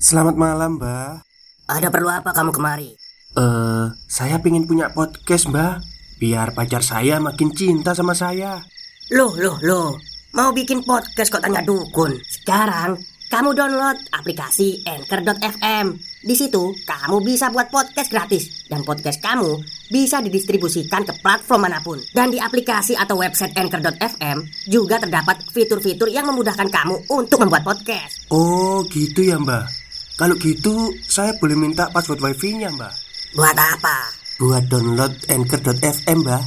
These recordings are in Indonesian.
Selamat malam, Mbak. Ada perlu apa kamu kemari? Saya pengen punya podcast, Mbak. Biar pacar saya makin cinta sama saya. Loh. Mau bikin podcast kok tanya dukun? Sekarang kamu download aplikasi Anchor.fm. Di situ kamu bisa buat podcast gratis. Dan podcast kamu bisa didistribusikan ke platform manapun. Dan di aplikasi atau website Anchor.fm juga terdapat fitur-fitur yang memudahkan kamu untuk membuat podcast. Oh, gitu ya, Mbak. Kalau gitu, saya boleh minta password wifi-nya, Mbak. Buat apa? Buat download Anchor.fm, Mbak.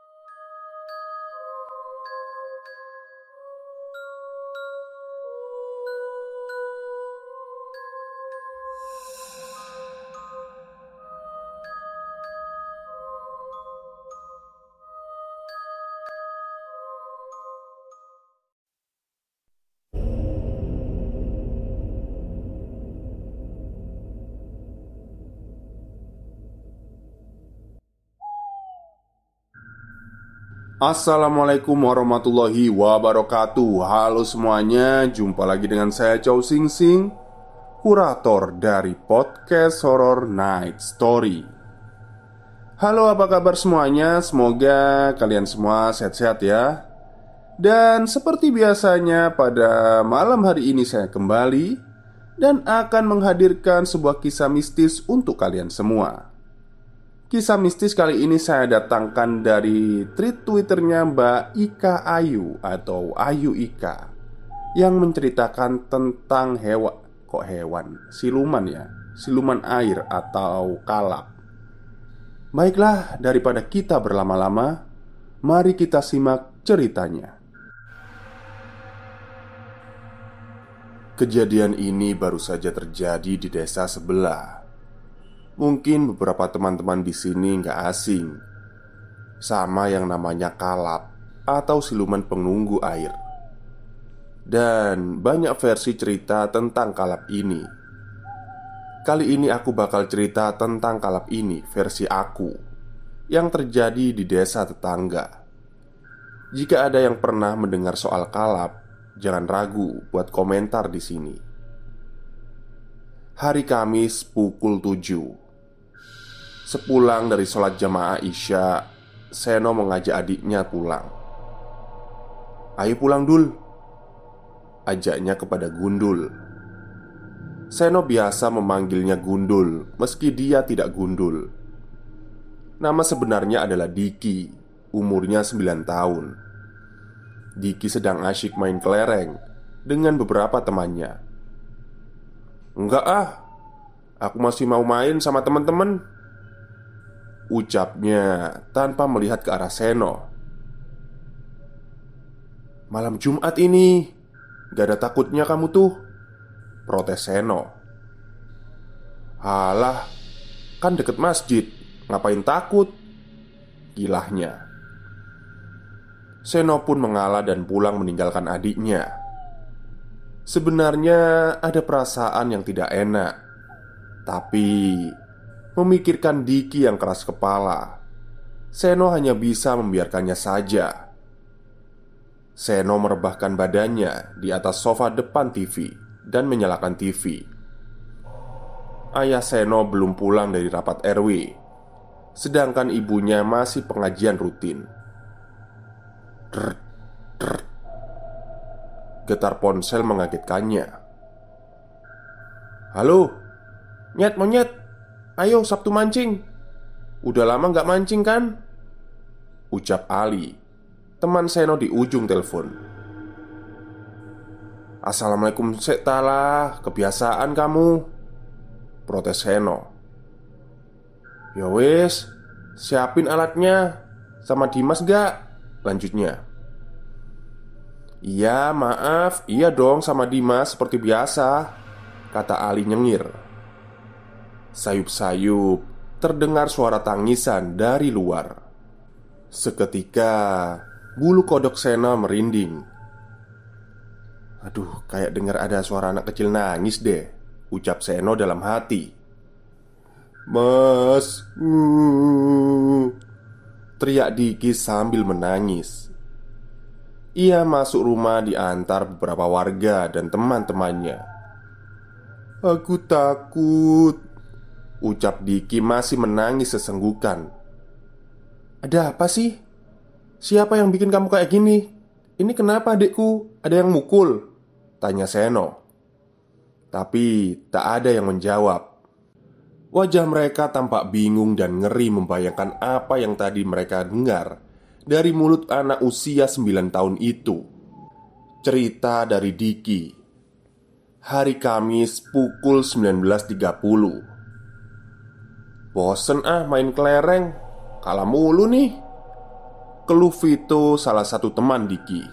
Assalamualaikum warahmatullahi wabarakatuh. Halo semuanya, jumpa lagi dengan saya Chow Sing Sing, kurator dari podcast Horror Night Story. Halo, apa kabar semuanya? Semoga kalian semua sehat-sehat ya. Dan seperti biasanya pada malam hari ini saya kembali dan akan menghadirkan sebuah kisah mistis untuk kalian semua. Kisah mistis kali ini saya datangkan dari tweet Twitternya Mbak Ika Ayu atau Ayu Ika, yang menceritakan tentang siluman ya, siluman air atau kalap. Baiklah, daripada kita berlama-lama, mari kita simak ceritanya. Kejadian ini baru saja terjadi di desa sebelah. Mungkin beberapa teman-teman di sini nggak asing sama yang namanya kalap atau siluman penunggu air. Dan banyak versi cerita tentang kalap ini. Kali ini aku bakal cerita tentang kalap ini versi aku, yang terjadi di desa tetangga. Jika ada yang pernah mendengar soal kalap, jangan ragu buat komentar di sini. Hari Kamis pukul 7. Sepulang dari sholat jamaah Isya, Seno mengajak adiknya pulang. "Ayo pulang Dul," ajaknya kepada Gundul. Seno biasa memanggilnya Gundul meski dia tidak gundul. Nama sebenarnya adalah Diki, umurnya 9 tahun. Diki sedang asyik main kelereng dengan beberapa temannya. "Enggak ah, aku masih mau main sama teman-teman," ucapnya tanpa melihat ke arah Seno. "Malam Jumat ini gak ada takutnya kamu tuh," protes Seno. "Halah, kan deket masjid, ngapain takut?" gilahnya. Seno pun mengalah dan pulang meninggalkan adiknya. Sebenarnya ada perasaan yang tidak enak, tapi memikirkan Diki yang keras kepala, Seno hanya bisa membiarkannya saja. Seno merebahkan badannya di atas sofa depan TV dan menyalakan TV. Ayah Seno belum pulang dari rapat RW, sedangkan ibunya masih pengajian rutin. Drrrt, drrrt. Getar ponsel mengagetkannya. "Halo, Nyet monyet, ayo Sabtu mancing. Udah lama gak mancing kan?" ucap Ali, teman Seno di ujung telepon. "Assalamualaikum sektalah, kebiasaan kamu," protes Seno. "Ya wes, siapin alatnya. Sama Dimas gak?" lanjutnya. "Iya maaf, iya dong sama Dimas seperti biasa," kata Ali nyengir. Sayup-sayup terdengar suara tangisan dari luar. Seketika bulu kodok Seno merinding. "Aduh, kayak dengar ada suara anak kecil nangis deh," ucap Seno dalam hati. "Mas, teriak Diki sambil menangis. Ia masuk rumah diantar beberapa warga dan teman-temannya. Aku takut, ucap Diki masih menangis sesenggukan. Ada apa sih? Siapa yang bikin kamu kayak gini? Ini kenapa adikku? Ada yang mukul? Tanya Seno. Tapi tak ada yang menjawab. Wajah mereka tampak bingung dan ngeri membayangkan apa yang tadi mereka dengar dari mulut anak usia 9 tahun itu. Cerita dari Diki. Hari Kamis pukul 19.30. Bosen main kelereng, kalah mulu nih, keluh Vito, salah satu teman Diki.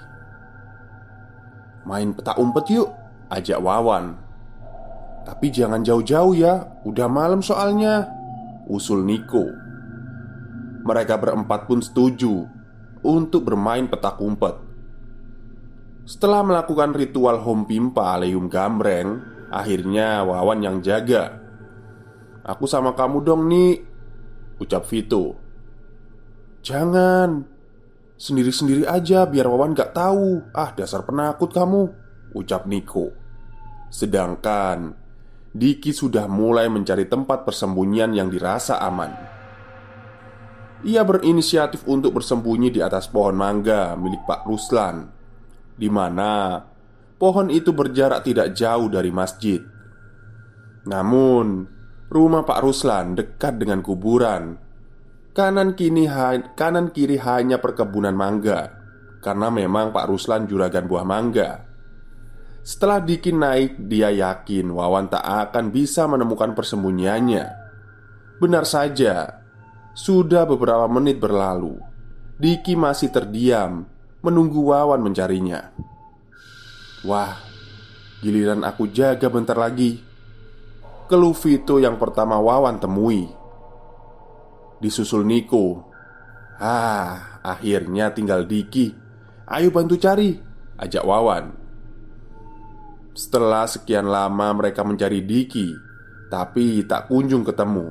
Main petak umpet yuk, ajak Wawan. Tapi jangan jauh-jauh ya, udah malam soalnya, usul Niko. Mereka berempat pun setuju untuk bermain petak umpet. Setelah melakukan ritual home pimpa Aleum Gambreng, akhirnya Wawan yang jaga. Aku sama kamu dong nih, ucap Vito. Jangan, sendiri-sendiri aja biar Wawan gak tahu. Ah, dasar penakut kamu, ucap Niko. Sedangkan Diki sudah mulai mencari tempat persembunyian yang dirasa aman. Ia berinisiatif untuk bersembunyi di atas pohon mangga milik Pak Ruslan, di mana pohon itu berjarak tidak jauh dari masjid. Namun, rumah Pak Ruslan dekat dengan kuburan. Kanan kiri hanya perkebunan mangga, karena memang Pak Ruslan juragan buah mangga. Setelah Diki naik, dia yakin Wawan tak akan bisa menemukan persembunyiannya. Benar saja, sudah beberapa menit berlalu, Diki masih terdiam menunggu Wawan mencarinya. Wah, giliran aku jaga bentar lagi, keluh Vito yang pertama Wawan temui. Disusul Niko. Akhirnya tinggal Diki. Ayo bantu cari, ajak Wawan. Setelah sekian lama mereka mencari Diki, tapi tak kunjung ketemu.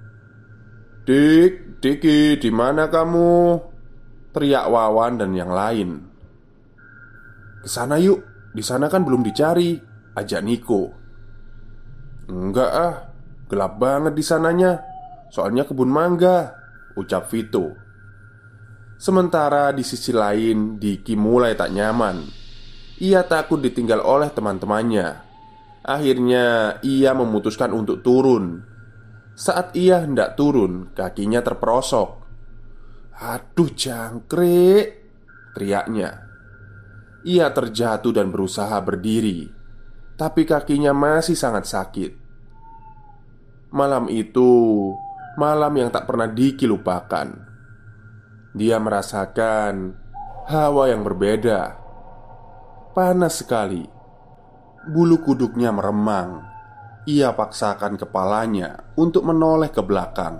Diki, di mana kamu? Teriak Wawan dan yang lain. Kesana yuk, di sana kan belum dicari, ajak Niko. Enggak gelap banget di sananya. Soalnya kebun mangga, ucap Vito. Sementara di sisi lain, Diki mulai tak nyaman. Ia takut ditinggal oleh teman-temannya. Akhirnya ia memutuskan untuk turun. Saat ia hendak turun, kakinya terperosok. Aduh jangkrik, teriaknya. Ia terjatuh dan berusaha berdiri, tapi kakinya masih sangat sakit. Malam itu malam yang tak pernah Diki lupakan. Dia merasakan hawa yang berbeda. Panas sekali. Bulu kuduknya meremang. Ia paksakan kepalanya untuk menoleh ke belakang.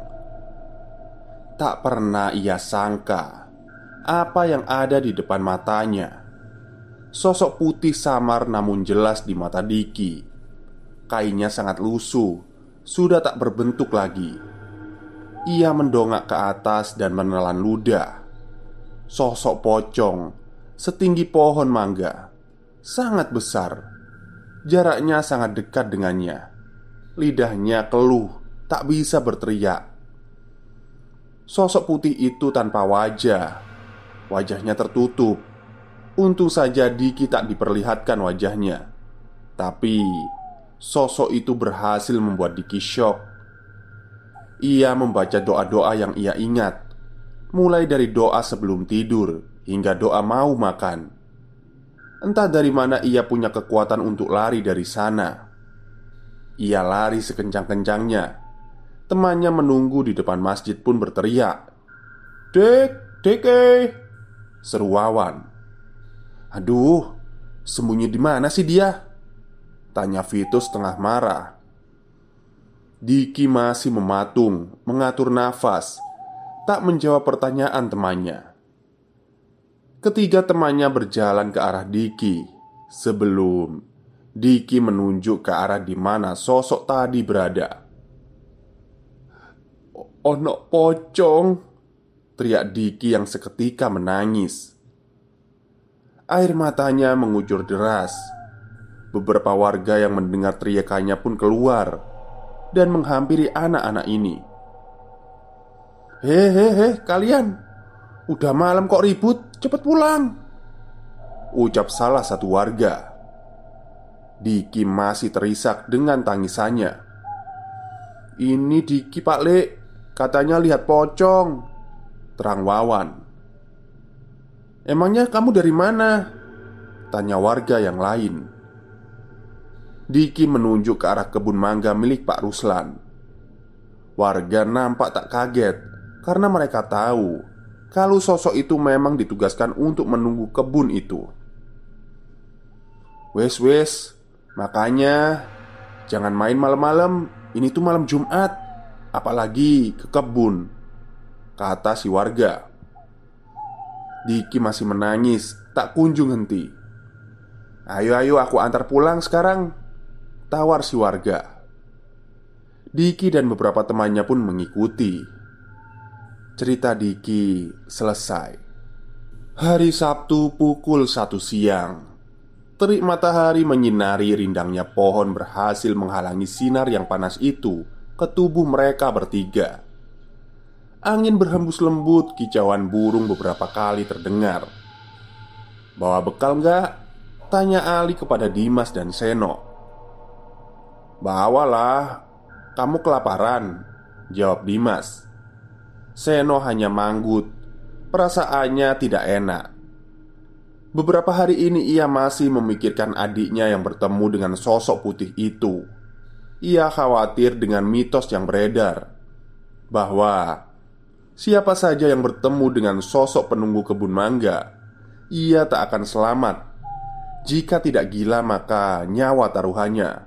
Tak pernah ia sangka apa yang ada di depan matanya. Sosok putih samar namun jelas di mata Diki. Kainnya sangat lusuh, sudah tak berbentuk lagi. Ia mendongak ke atas dan menelan ludah. Sosok pocong setinggi pohon mangga, sangat besar. Jaraknya sangat dekat dengannya. Lidahnya keluh, tak bisa berteriak. Sosok putih itu tanpa wajah. Wajahnya tertutup. Untung saja Diki tak diperlihatkan wajahnya. Tapi sosok itu berhasil membuat Diki syok. Ia membaca doa-doa yang ia ingat, mulai dari doa sebelum tidur hingga doa mau makan. Entah dari mana ia punya kekuatan untuk lari dari sana. Ia lari sekencang-kencangnya. Temannya menunggu di depan masjid pun berteriak, Deke, seru Wawan. Aduh, sembunyi di mana sih dia? Tanya Vito setengah marah. Diki masih mematung, mengatur nafas, tak menjawab pertanyaan temannya. Ketiga temannya berjalan ke arah Diki sebelum Diki menunjuk ke arah di mana sosok tadi berada. Ono pocong, teriak Diki yang seketika menangis. Air matanya mengucur deras. Beberapa warga yang mendengar teriakannya pun keluar dan menghampiri anak-anak ini. Hehehe, kalian, udah malam kok ribut, cepet pulang, ucap salah satu warga. Diki masih terisak dengan tangisannya. Ini Diki Pak Lek, katanya lihat pocong, terang Wawan. Emangnya kamu dari mana? Tanya warga yang lain. Diki menunjuk ke arah kebun mangga milik Pak Ruslan. Warga nampak tak kaget karena mereka tahu kalau sosok itu memang ditugaskan untuk menunggu kebun itu. Wes, makanya jangan main malam-malam. Ini tuh malam Jumat, apalagi ke kebun, kata si warga. Diki masih menangis, tak kunjung henti. Ayo aku antar pulang sekarang, tawar si warga. Diki dan beberapa temannya pun mengikuti. Cerita Diki selesai. Hari Sabtu pukul 1 siang. Terik matahari menyinari rindangnya pohon berhasil menghalangi sinar yang panas itu ke tubuh mereka bertiga. Angin berhembus lembut, kicauan burung beberapa kali terdengar. Bawa bekal nggak? Tanya Ali kepada Dimas dan Seno. Bawalah, kamu kelaparan, jawab Dimas. Seno hanya manggut, perasaannya tidak enak. Beberapa hari ini ia masih memikirkan adiknya yang bertemu dengan sosok putih itu. Ia khawatir dengan mitos yang beredar bahwa siapa saja yang bertemu dengan sosok penunggu kebun mangga, ia tak akan selamat. Jika tidak gila maka nyawa taruhannya.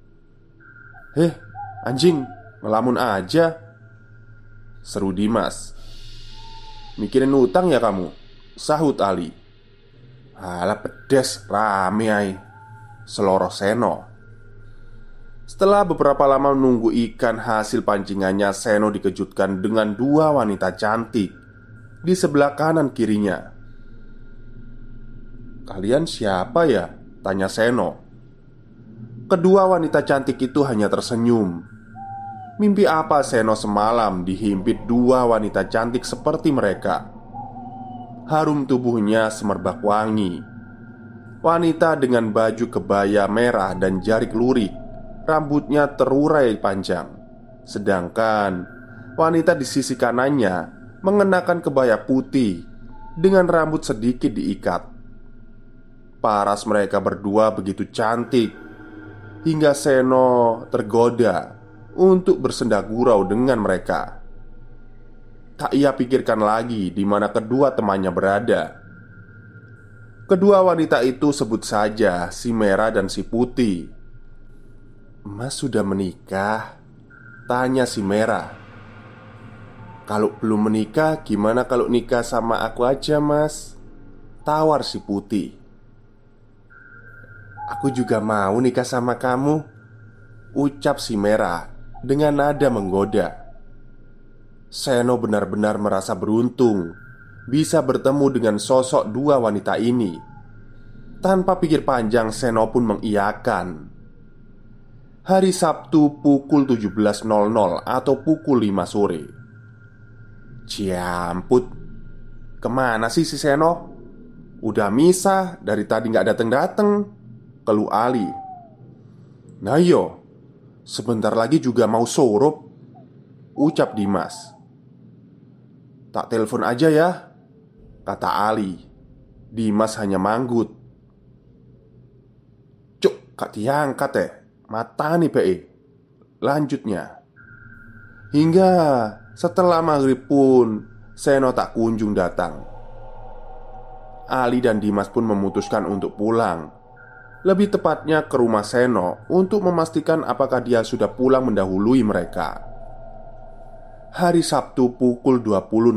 Anjing, ngelamun aja, seru Dimas. Mikirin utang ya kamu? Sahut Ali. Alah pedes, rame ay, seloroh Seno. Setelah beberapa lama menunggu ikan hasil pancingannya, Seno dikejutkan dengan dua wanita cantik di sebelah kanan kirinya. Kalian siapa ya? Tanya Seno. Kedua wanita cantik itu hanya tersenyum. Mimpi apa Seno semalam dihimpit dua wanita cantik seperti mereka? Harum tubuhnya semerbak wangi. Wanita dengan baju kebaya merah dan jarik lurik, rambutnya terurai panjang. Sedangkan wanita di sisi kanannya mengenakan kebaya putih dengan rambut sedikit diikat. Paras mereka berdua begitu cantik hingga Seno tergoda untuk bersenda gurau dengan mereka. Tak ia pikirkan lagi di mana kedua temannya berada. Kedua wanita itu sebut saja si merah dan si putih. Mas sudah menikah? Tanya si merah. Kalau belum menikah, gimana kalau nikah sama aku aja mas? Tawar si putih. Aku juga mau nikah sama kamu, ucap si merah dengan nada menggoda. Seno benar-benar merasa beruntung bisa bertemu dengan sosok dua wanita ini. Tanpa pikir panjang, Seno pun mengiyakan. Hari Sabtu pukul 17.00 atau pukul 5 sore. Ciamput, kemana sih si Seno? Udah misah, dari tadi gak dateng-dateng, keluh Ali. Nah yo, sebentar lagi juga mau surup, ucap Dimas. Tak telepon aja ya, kata Ali. Dimas hanya manggut. Cuk, gak diangkat mata nih PE. Lanjutnya. Hingga setelah maghrib pun Seno tak kunjung datang. Ali dan Dimas pun memutuskan untuk pulang. Lebih tepatnya ke rumah Seno untuk memastikan apakah dia sudah pulang mendahului mereka. Hari Sabtu pukul 20.00.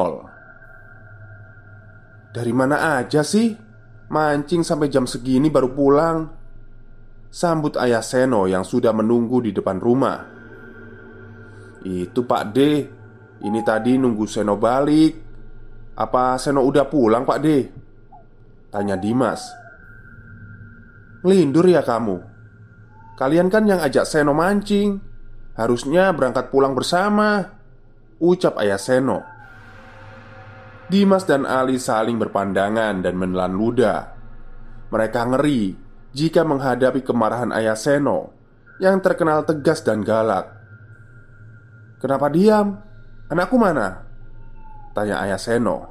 Dari mana aja sih? Mancing sampai jam segini baru pulang, sambut ayah Seno yang sudah menunggu di depan rumah. Itu Pak D, ini tadi nunggu Seno balik. Apa Seno udah pulang Pak D? Tanya Dimas. Ngelindur ya kamu? Kalian kan yang ajak Seno mancing. Harusnya berangkat pulang bersama, ucap ayah Seno. Dimas dan Ali saling berpandangan dan menelan ludah. Mereka ngeri jika menghadapi kemarahan ayah Seno yang terkenal tegas dan galak. "Kenapa diam? Anakku mana?" tanya ayah Seno.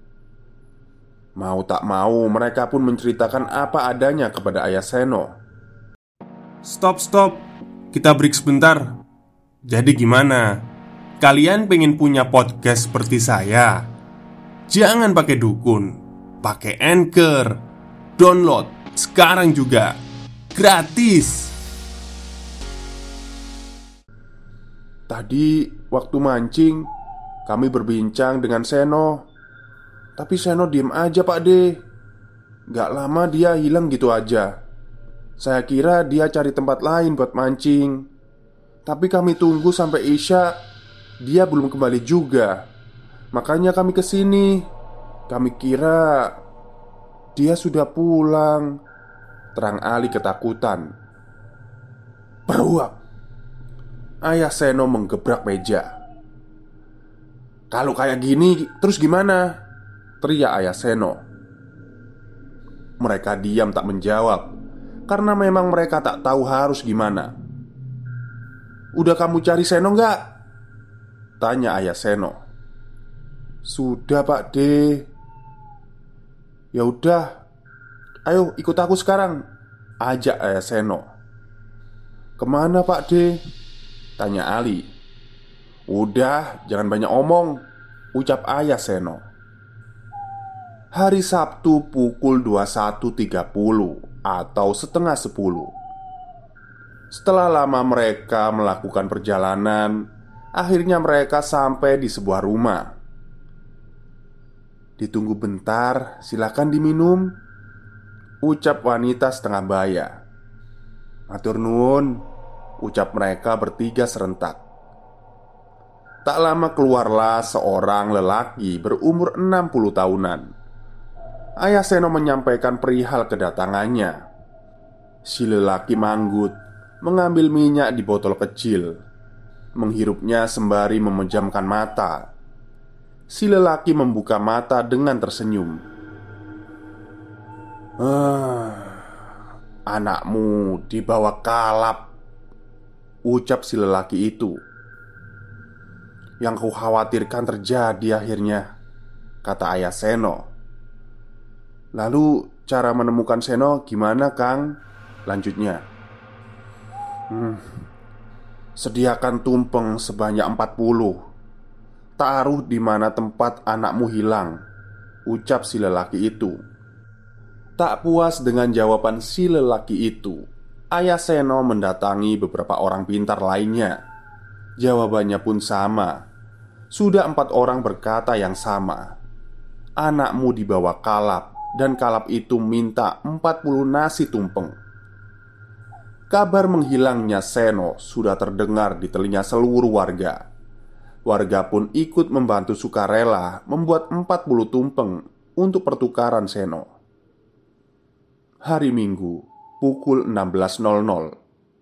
Mau tak mau mereka pun menceritakan apa adanya kepada ayah Seno. Stop, kita break sebentar. Jadi gimana? Kalian pengen punya podcast seperti saya? Jangan pakai dukun, pakai Anchor. Download sekarang juga, gratis. Tadi waktu mancing kami berbincang dengan Seno. Tapi Seno diem aja Pak De. Gak lama dia hilang gitu aja. Saya kira dia cari tempat lain buat mancing. Tapi kami tunggu sampai Isya, dia belum kembali juga. Makanya kami kesini. Kami kira dia sudah pulang, terang Ali ketakutan. Beruap. Ayah Seno menggebrak meja. "Kalau kayak gini terus gimana?" teriak ayah Seno. Mereka diam tak menjawab, karena memang mereka tak tahu harus gimana. "Udah kamu cari Seno nggak?" tanya ayah Seno. "Sudah Pak De." "Ya udah, ayo ikut aku sekarang," ajak ayah Seno. "Kemana Pak De?" tanya Ali. "Udah, jangan banyak omong," ucap ayah Seno. Hari Sabtu pukul 21.30 atau setengah 10. Setelah lama mereka melakukan perjalanan, akhirnya mereka sampai di sebuah rumah. "Ditunggu bentar, silakan diminum," ucap wanita setengah baya. "Matur nuwun," ucap mereka bertiga serentak. Tak lama keluarlah seorang lelaki berumur 60 tahunan. Ayah Seno menyampaikan perihal kedatangannya. Si lelaki manggut, mengambil minyak di botol kecil, menghirupnya sembari memejamkan mata. Si lelaki membuka mata dengan tersenyum. "Anakmu dibawa kalap," ucap si lelaki itu. "Yang kukhawatirkan terjadi akhirnya," kata ayah Seno. "Lalu cara menemukan Seno gimana Kang?" lanjutnya. "Sediakan tumpeng sebanyak 40. Taruh di mana tempat anakmu hilang," ucap si lelaki itu. Tak puas dengan jawaban si lelaki itu, ayah Seno mendatangi beberapa orang pintar lainnya. Jawabannya pun sama. Sudah 4 orang berkata yang sama. Anakmu dibawa kalap, dan kalap itu minta 40 nasi tumpeng. Kabar menghilangnya Seno sudah terdengar di telinga seluruh warga. Warga pun ikut membantu sukarela membuat 40 tumpeng untuk pertukaran Seno. Hari Minggu, pukul 16.00.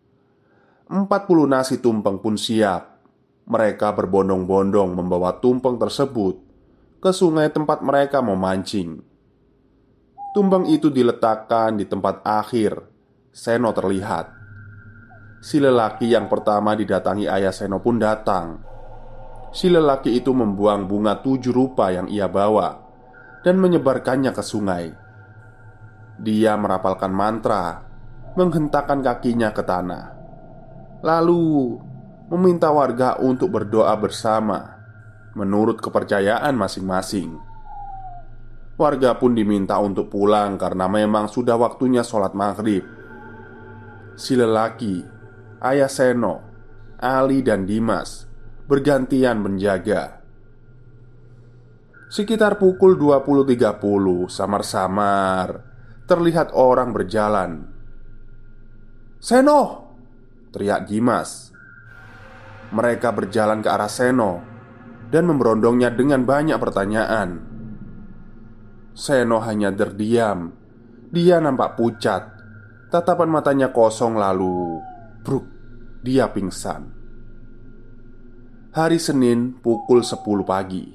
40 nasi tumpeng pun siap. Mereka berbondong-bondong membawa tumpeng tersebut ke sungai tempat mereka memancing. Tumpeng itu diletakkan di tempat akhir Seno terlihat. Si lelaki yang pertama didatangi ayah Seno pun datang. Si lelaki itu membuang bunga 7 rupa yang ia bawa dan menyebarkannya ke sungai. Dia merapalkan mantra, menghentakkan kakinya ke tanah, lalu meminta warga untuk berdoa bersama menurut kepercayaan masing-masing. Warga pun diminta untuk pulang karena memang sudah waktunya sholat maghrib. Si lelaki, ayah Seno, Ali dan Dimas bergantian menjaga. Sekitar pukul 20.30, samar-samar terlihat orang berjalan. "Seno!" teriak Dimas. Mereka berjalan ke arah Seno dan memberondongnya dengan banyak pertanyaan. Seno hanya terdiam. Dia nampak pucat. Tatapan matanya kosong lalu bruk, dia pingsan. Hari Senin pukul 10 pagi.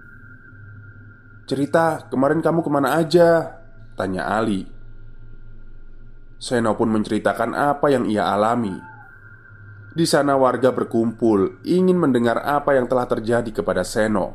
"Cerita, kemarin kamu kemana aja?" tanya Ali. Seno pun menceritakan apa yang ia alami. Di sana warga berkumpul ingin mendengar apa yang telah terjadi kepada Seno.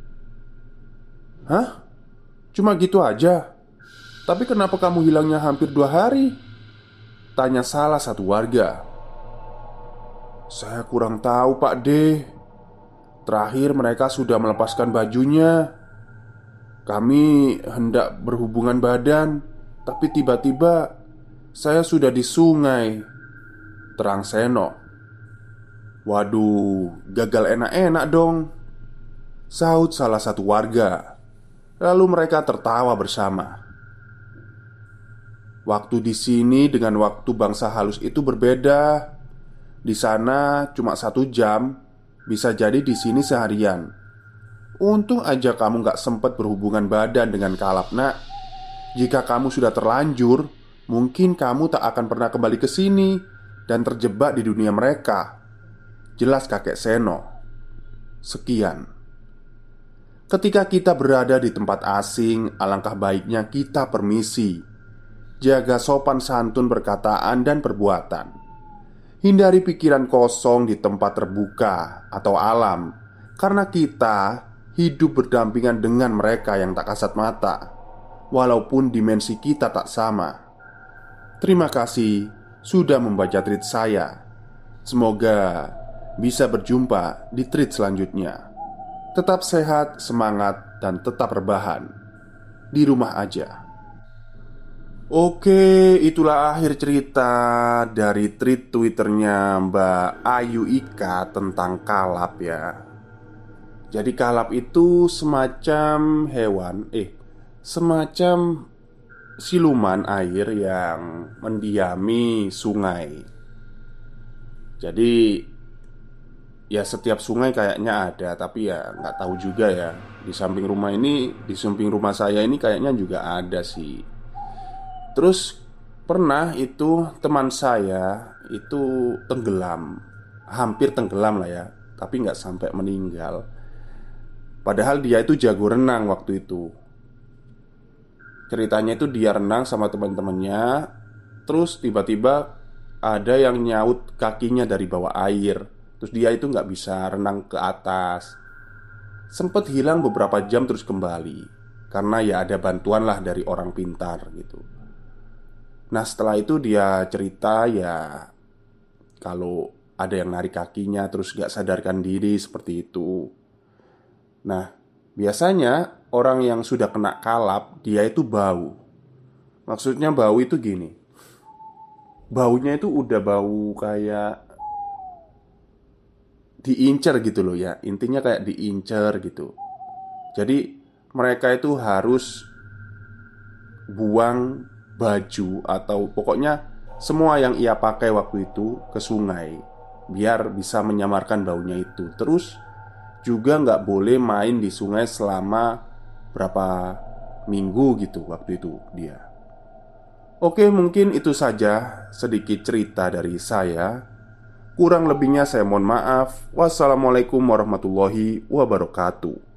"Hah? Cuma gitu aja? Tapi kenapa kamu hilangnya hampir 2 hari?" tanya salah satu warga. "Saya kurang tahu, Pak D. Terakhir mereka sudah melepaskan bajunya. Kami hendak berhubungan badan, tapi tiba-tiba saya sudah di sungai," terang Seno. "Waduh, gagal enak-enak dong," sahut salah satu warga. Lalu mereka tertawa bersama. Waktu di sini dengan waktu bangsa halus itu berbeda. Di sana cuma 1 jam, bisa jadi di sini seharian. Untung aja kamu gak sempat berhubungan badan dengan Kalap, nak. Jika kamu sudah terlanjur, mungkin kamu tak akan pernah kembali ke sini dan terjebak di dunia mereka, jelas kakek Seno. Sekian. Ketika kita berada di tempat asing, alangkah baiknya kita permisi. Jaga sopan santun perkataan dan perbuatan. Hindari pikiran kosong di tempat terbuka atau alam, karena kita hidup berdampingan dengan mereka yang tak kasat mata, walaupun dimensi kita tak sama. Terima kasih sudah membaca tweet saya. Semoga bisa berjumpa di tweet selanjutnya. Tetap sehat, semangat, dan tetap rebahan di rumah aja. Oke, itulah akhir cerita dari tweet Twitternya Mbak Ayu Ika tentang Kalap ya. Jadi Kalap itu semacam hewan, semacam siluman air yang mendiami sungai. Jadi ya setiap sungai kayaknya ada, tapi ya nggak tahu juga ya. Di samping rumah ini, di samping rumah saya ini kayaknya juga ada sih. Terus pernah itu teman saya itu tenggelam, hampir tenggelam lah ya, tapi nggak sampai meninggal. Padahal dia itu jago renang waktu itu. Ceritanya itu dia renang sama teman-temannya, terus tiba-tiba ada yang nyaut kakinya dari bawah air. Terus dia itu nggak bisa renang ke atas. Sempet hilang beberapa jam terus kembali, karena ya ada bantuan lah dari orang pintar gitu. Nah setelah itu dia cerita ya, kalau ada yang narik kakinya terus gak sadarkan diri seperti itu. Nah biasanya orang yang sudah kena kalap, dia itu bau. Maksudnya bau itu gini, baunya itu udah bau kayak diincer gitu loh ya. Intinya kayak diincer gitu. Jadi mereka itu harus buang baju atau pokoknya semua yang ia pakai waktu itu ke sungai, biar bisa menyamarkan baunya itu. Terus juga nggak boleh main di sungai selama berapa minggu gitu waktu itu dia. Oke, mungkin itu saja sedikit cerita dari saya. Kurang lebihnya saya mohon maaf. Wassalamualaikum warahmatullahi wabarakatuh.